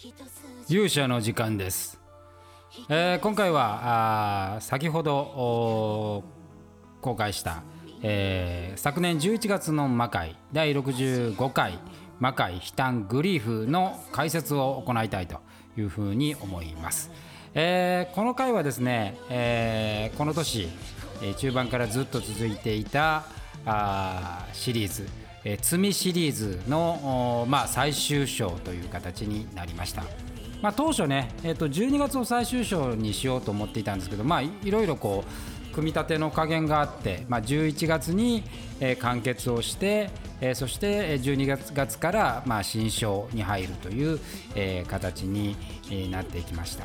勇者の時間です。今回は先ほど公開した、昨年11月の魔界第65回魔界悲嘆グリーフの解説を行いたいというふうに思います。この回はですね、この年中盤からずっと続いていたシリーズ罪シリーズの、最終章という形になりました。当初ね、12月を最終章にしようと思っていたんですけど、いろいろこう組み立ての加減があって、11月に完結をして、そして12月から新章に入るという形になっていきました。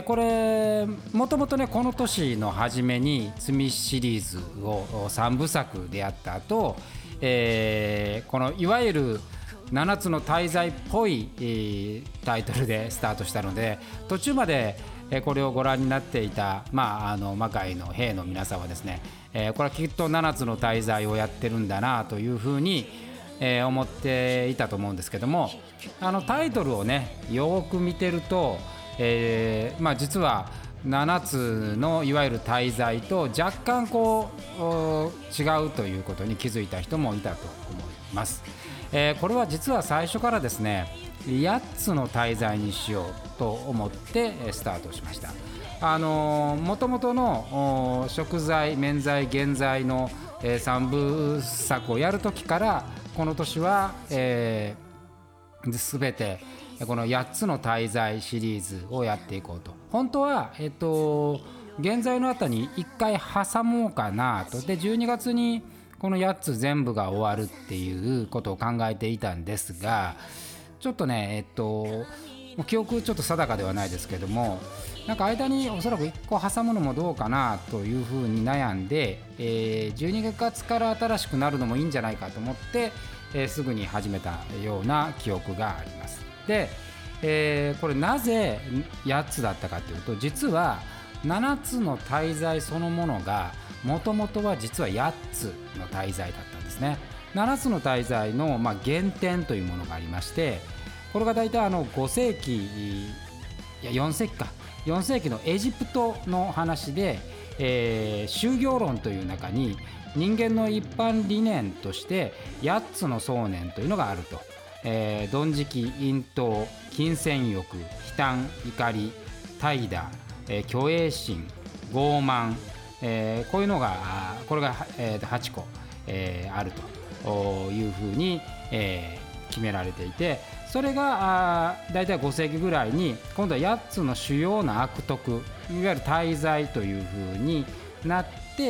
これもともとね、この年の初めに罪シリーズを3部作でやった後、このいわゆる7つの大罪っぽい、タイトルでスタートしたので、途中までこれをご覧になっていた、魔界の兵の皆さんはですね、これはきっと7つの大罪をやってるんだなというふうに、思っていたと思うんですけども、タイトルをねよく見てると、実は7つのいわゆる大罪と若干こう違うということに気づいた人もいたと思います。これは実は最初からですね8つの大罪にしようと思ってスタートしました。もともとの贖罪免罪現罪の3部作をやるときからこの年は全てこの8つの大罪シリーズをやっていこうと。本当は現在のあたりに1回挟もうかなと。で12月にこの8つ全部が終わるっていうことを考えていたんですが、ちょっとね記憶ちょっと定かではないですけども、なんか間におそらく1個挟むのもどうかなというふうに悩んで、12月から新しくなるのもいいんじゃないかと思って、すぐに始めたような記憶があります。で、これなぜ8つだったかというと、実は7つの大罪そのものがもともとは実は8つの大罪だったんですね。7つの大罪の原点というものがありまして、これが大体5世紀いや4世紀か4世紀のエジプトの話で、宗教論という中に人間の一般理念として8つの想念というのがあると。貪食陰闘金銭欲悲嘆怒り怠惰、虚栄心傲慢、こういうのがこれが、8個、あるというふうに、決められていて、それがだいたい5世紀ぐらいに今度は8つの主要な悪徳、いわゆる大罪というふうになって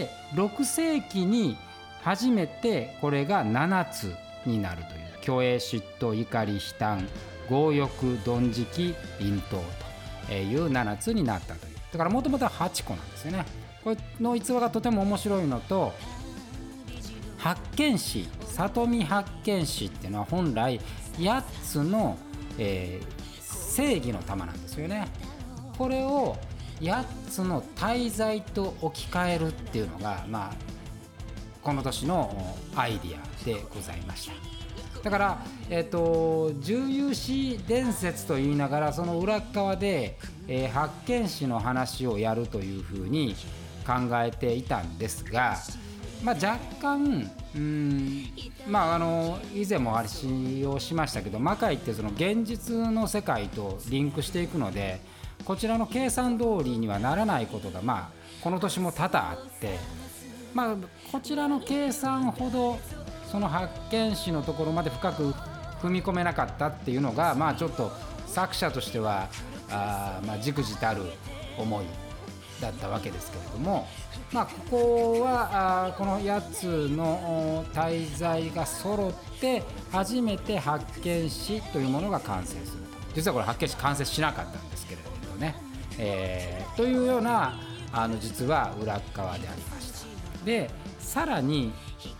、6世紀に初めてこれが7つになるという。虚栄嫉妬怒り悲嘆強欲貪食陰闘という7つになったという。だからもともとは8個なんですよね。これの逸話がとても面白いのと、八犬士里見八犬士っていうのは本来8つの、正義の玉なんですよね。これを8つの大罪と置き換えるっていうのが、この年のアイディアでございました。だから、重勇士伝説と言いながらその裏側で、八犬士の話をやるというふうに考えていたんですが、若干以前も話をしましたけど、魔界ってその現実の世界とリンクしていくので、こちらの計算通りにはならないことがこの年も多々あって、こちらの計算ほどその八犬士のところまで深く踏み込めなかったっていうのが、ちょっと作者としては忸怩たる思いだったわけですけれども、ここはこの8つの大罪が揃って初めて八犬士というものが完成すると。実はこれ八犬士完成しなかったんですけれどね、というような実は裏側でありました。でさらに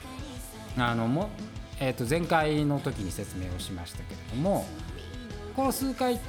前回の時に説明をしましたけれども、この数回って、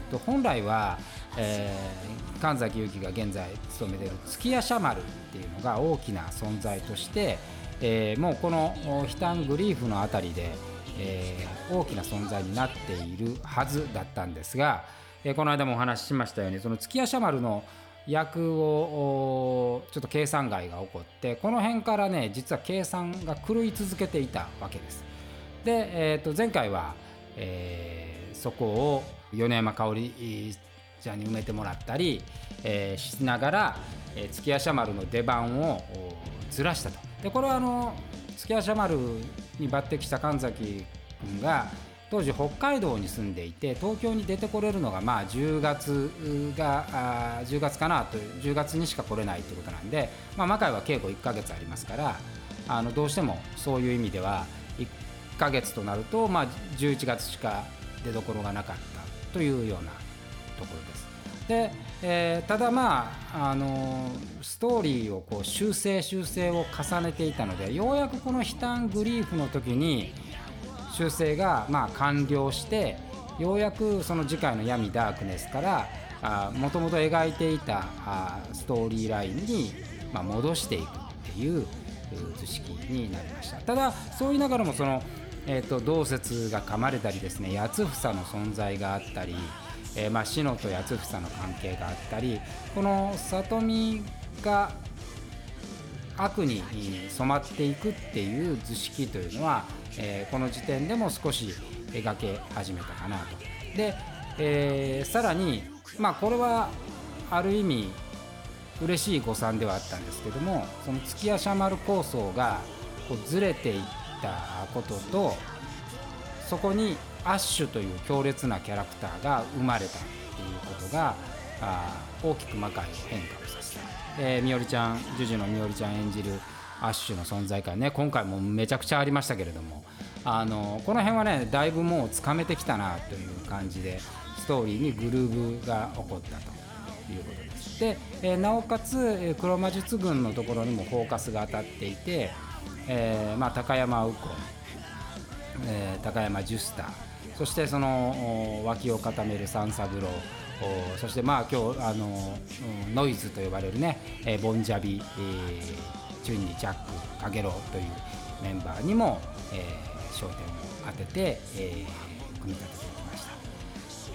本来は、神崎由紀が現在務めている月夜叉丸っていうのが大きな存在として、もうこの悲嘆グリーフのあたりで、 大きな存在になっているはずだったんですが、この間もお話ししましたように、その月夜叉丸の役をちょっと計算外が起こって、この辺からね実は計算が狂い続けていたわけです。で、前回は、そこを米山香織ちゃんに埋めてもらったり、しながら、月夜叉丸の出番をずらしたと。でこれは月夜叉丸に抜擢した神崎君が当時北海道に住んでいて、東京に出てこれるのが10月かなと、10月にしか来れないということなんで、魔界は稽古1ヶ月ありますから、どうしてもそういう意味では1ヶ月となると、11月しか出どころがなかったというようなところです。で、ただストーリーをこう修正を重ねていたので、ようやくこの悲嘆グリーフの時に修正が完了して、ようやくその次回の闇ダークネスからもともと描いていたストーリーラインに戻していくっていう図式になりました。ただそう言いながらも同説が噛まれたりですね、八房の存在があったり、篠と八房の関係があったり、この里見が悪に染まっていくっていう図式というのは、この時点でも少し描け始めたかなと。で、さらにこれはある意味嬉しい誤算ではあったんですけども、その月夜叉丸構想がこうずれていったことと、そこにアッシュという強烈なキャラクターが生まれたっていうことが大きく魔界を変化をさせた。みおりちゃん、ジュジュのみおりちゃん演じるアッシュの存在感ね、今回もめちゃくちゃありましたけれども、この辺はねだいぶもうつかめてきたなという感じで、ストーリーにグルーヴが起こったということです。で、なおかつ黒魔術軍のところにもフォーカスが当たっていて、高山右近、高山ジュスタ、そしてその脇を固める三三郎、そして今日ノイズと呼ばれるね、ボンジャビ、チュンニ、ジャック、カゲロというメンバーにも、焦点を当てて、組み立てていきました。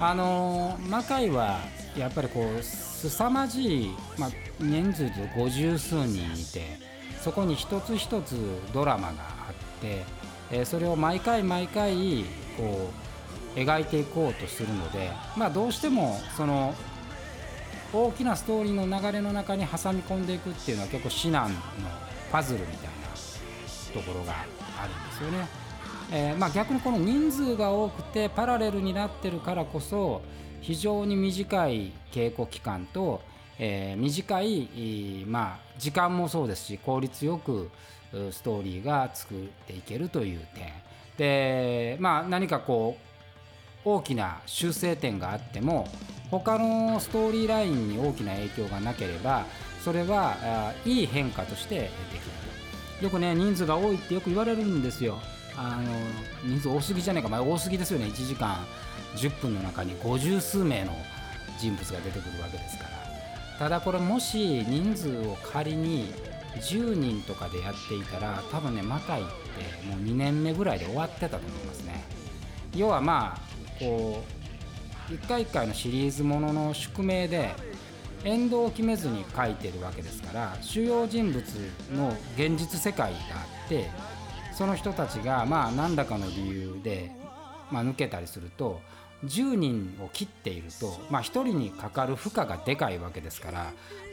魔界はやっぱりこう凄まじい、人数で50数人いて、そこに一つ一つドラマがあって、それを毎回こう描いていこうとするので、どうしてもその大きなストーリーの流れの中に挟み込んでいくっていうのは結構至難のパズルみたいなところがあるんですよね。逆にこの人数が多くてパラレルになってるからこそ、非常に短い稽古期間と、短い、時間もそうですし、効率よくストーリーが作っていけるという点で、何かこう大きな修正点があっても他のストーリーラインに大きな影響がなければ、それはいい変化としてできる。よくね、人数が多いってよく言われるんですよ。人数多すぎじゃないか、多すぎですよね。1時間10分の中に50数名の人物が出てくるわけですから。ただこれもし人数を仮に10人とかでやっていたら、多分ね魔界ってもう2年目ぐらいで終わってたと思いますね。要はこう一回一回のシリーズものの宿命でエンドを決めずに書いてるわけですから、主要人物の現実世界があって、その人たちが何らかの理由で、抜けたりすると、10人を切っていると、1人にかかる負荷がでかいわけですから、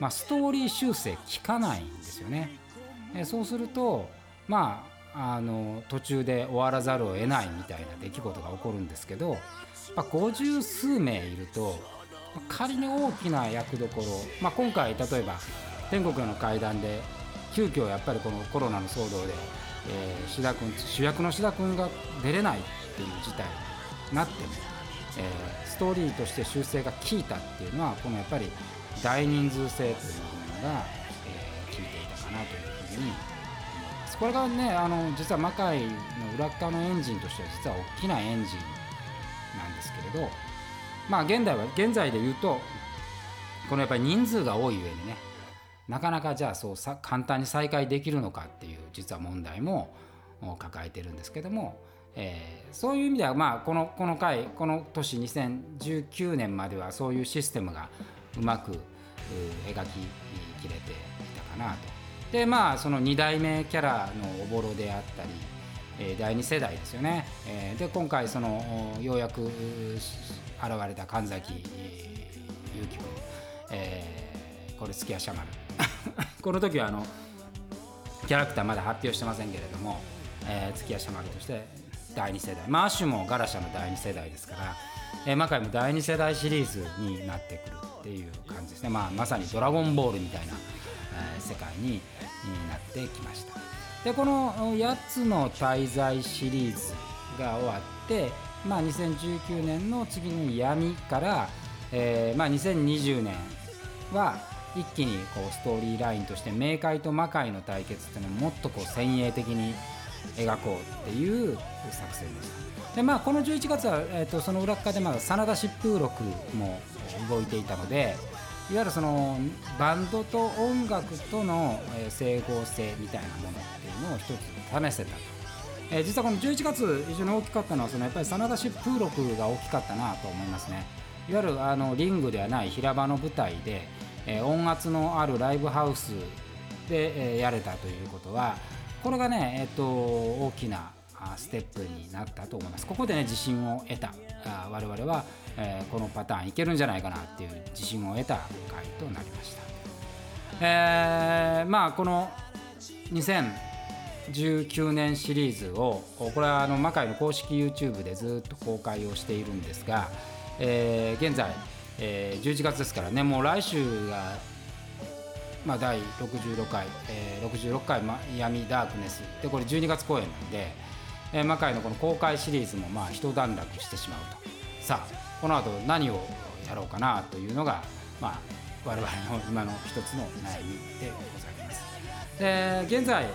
ストーリー修正効かないんですよね。そうすると途中で終わらざるを得ないみたいな出来事が起こるんですけど、50数名いると仮に大きな役どころ、今回例えば天国への階段で急遽やっぱりこのコロナの騒動で、主役の志田君が出れないっていう事態になっても、ストーリーとして修正が効いたっていうのは、このやっぱり大人数制というものが、効いていたかなというふうに、これがね実は魔界の裏側のエンジンとしては実は大きなエンジンなんですけれど、現在で言うとこのやっぱり人数が多い上にね、なかなかじゃあそう簡単に再開できるのかっていう実は問題も抱えてるんですけども、 そういう意味では、この回この年2019年まではそういうシステムがうまく描ききれていたかなと。でその2代目キャラのおぼろであったり、第2世代ですよね。で今回そのようやく現れた神崎祐希君、これ月谷シャマルこの時はキャラクターまだ発表してませんけれども、月谷シャマルとして第2世代、アッシュもガラシャの第2世代ですから、魔界も第2世代シリーズになってくるっていう感じですね。まさにドラゴンボールみたいな、世界になってきました。でこの8つの滞在シリーズが終わって、2019年の次の闇から、2020年は一気にこうストーリーラインとして冥界と魔界の対決っていうのをもっとこう先鋭的に描こうっていう作戦でした。でこの11月は、その裏側で真田疾風録も動いていたので、いわゆるそのバンドと音楽との整合性みたいなものっていうのを一つ試せたと。実はこの11月非常に大きかったのはやっぱり真田疾風録が大きかったなと思いますね。いわゆるリングではない平場の舞台で、音圧のあるライブハウスで、やれたということは、これがね、大きなステップになったと思います。ここでね自信を得た我々は、このパターンいけるんじゃないかなっていう自信を得た回となりました。この2019年シリーズを、これは魔界の公式 YouTube でずっと公開をしているんですが、現在、11月ですからね、もう来週が第66回、66回闇ダークネスで、これ12月公演なんで、魔界のこの公開シリーズも一段落してしまうと。さあこの後何をやろうかなというのが、我々の今の一つの悩みでございます。で現在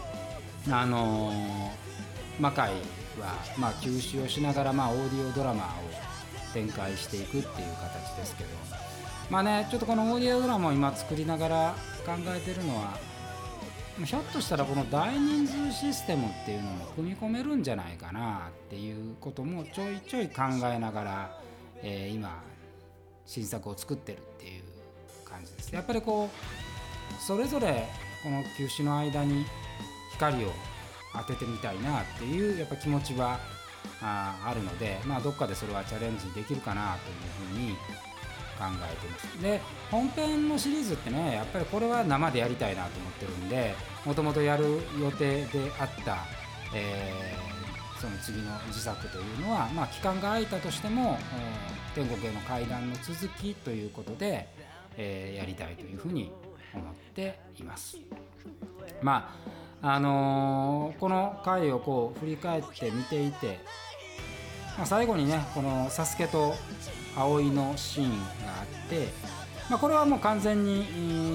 魔界は休止をしながらオーディオドラマを展開していくっていう形ですけど、ちょっとこのオーディオドラマを今作りながら考えてるのは、ひょっとしたらこの大人数システムっていうのも組み込めるんじゃないかなっていうこともちょいちょい考えながら、今新作を作ってるっていう感じです。やっぱりこうそれぞれこの休止の間に光を当ててみたいなっていうやっぱ気持ちはあるので、どっかでそれはチャレンジできるかなというふうに考えています。で本編のシリーズってね、やっぱりこれは生でやりたいなと思ってるんで、もともとやる予定であった、その次の自作というのは、期間が空いたとしても天国への階段の続きということで、やりたいというふうに思っています。この回をこう振り返って見ていて、最後にねこのサスケと葵のシーンがあって、これはもう完全に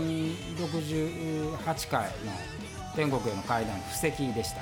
68回の天国への階段布石でした。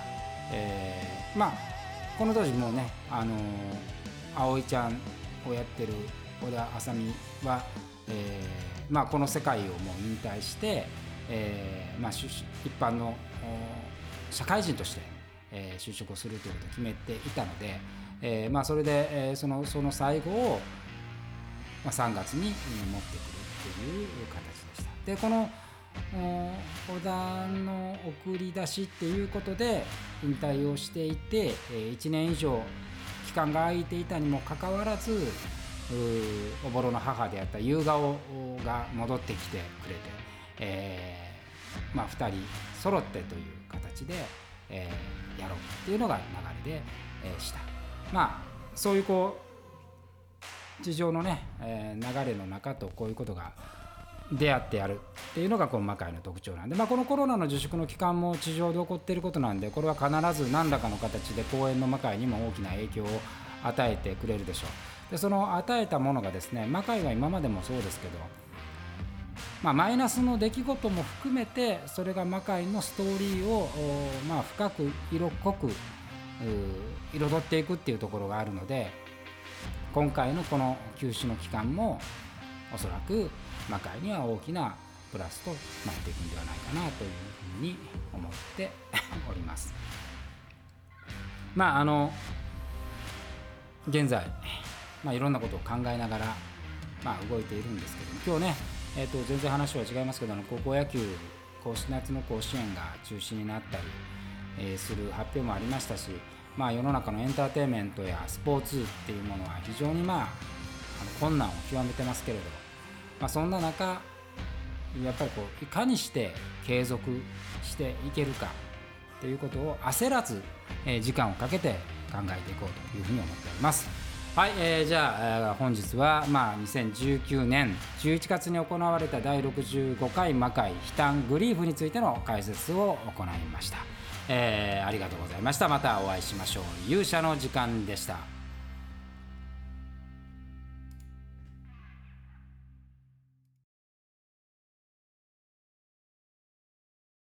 この当時もうね葵ちゃんをやってる小田麻美は、この世界をもう引退して、一般の社会人として、就職をするということを決めていたので、それで、その最後を、3月に持ってくるっていう形でした。でこの小田の送り出しっていうことで引退をしていて、1年以上期間が空いていたにもかかわらず、おぼろの母であった夕顔が戻ってきてくれて、2人揃ってという形で、やろうっていうのが流れで、した。そういうこう地上のね、流れの中とこういうことが出会ってやるっていうのがこの魔界の特徴なんで、このコロナの自粛の期間も地上で起こっていることなんで、これは必ず何らかの形で公演の魔界にも大きな影響を与えてくれるでしょう。でその与えたものがですね、魔界は今までもそうですけど、マイナスの出来事も含めてそれが魔界のストーリーを深く色濃く彩っていくっていうところがあるので、今回のこの休止の期間もおそらく魔界には大きなプラスとなっていくんではないかなというふうに思っております。 現在、いろんなことを考えながら、動いているんですけども、今日ね、全然話は違いますけど、高校野球夏の甲子園が中止になったり、する発表もありましたし、世の中のエンターテインメントやスポーツっていうものは非常に困難を極めてますけれど、そんな中やっぱりいかにして継続していけるかということを焦らず、時間をかけて考えていこうというふうに思っております。はい、じゃあ本日は、2019年11月に行われた第65回魔界悲嘆グリーフについての解説を行いました。ありがとうございました。またお会いしましょう。勇者の時間でした。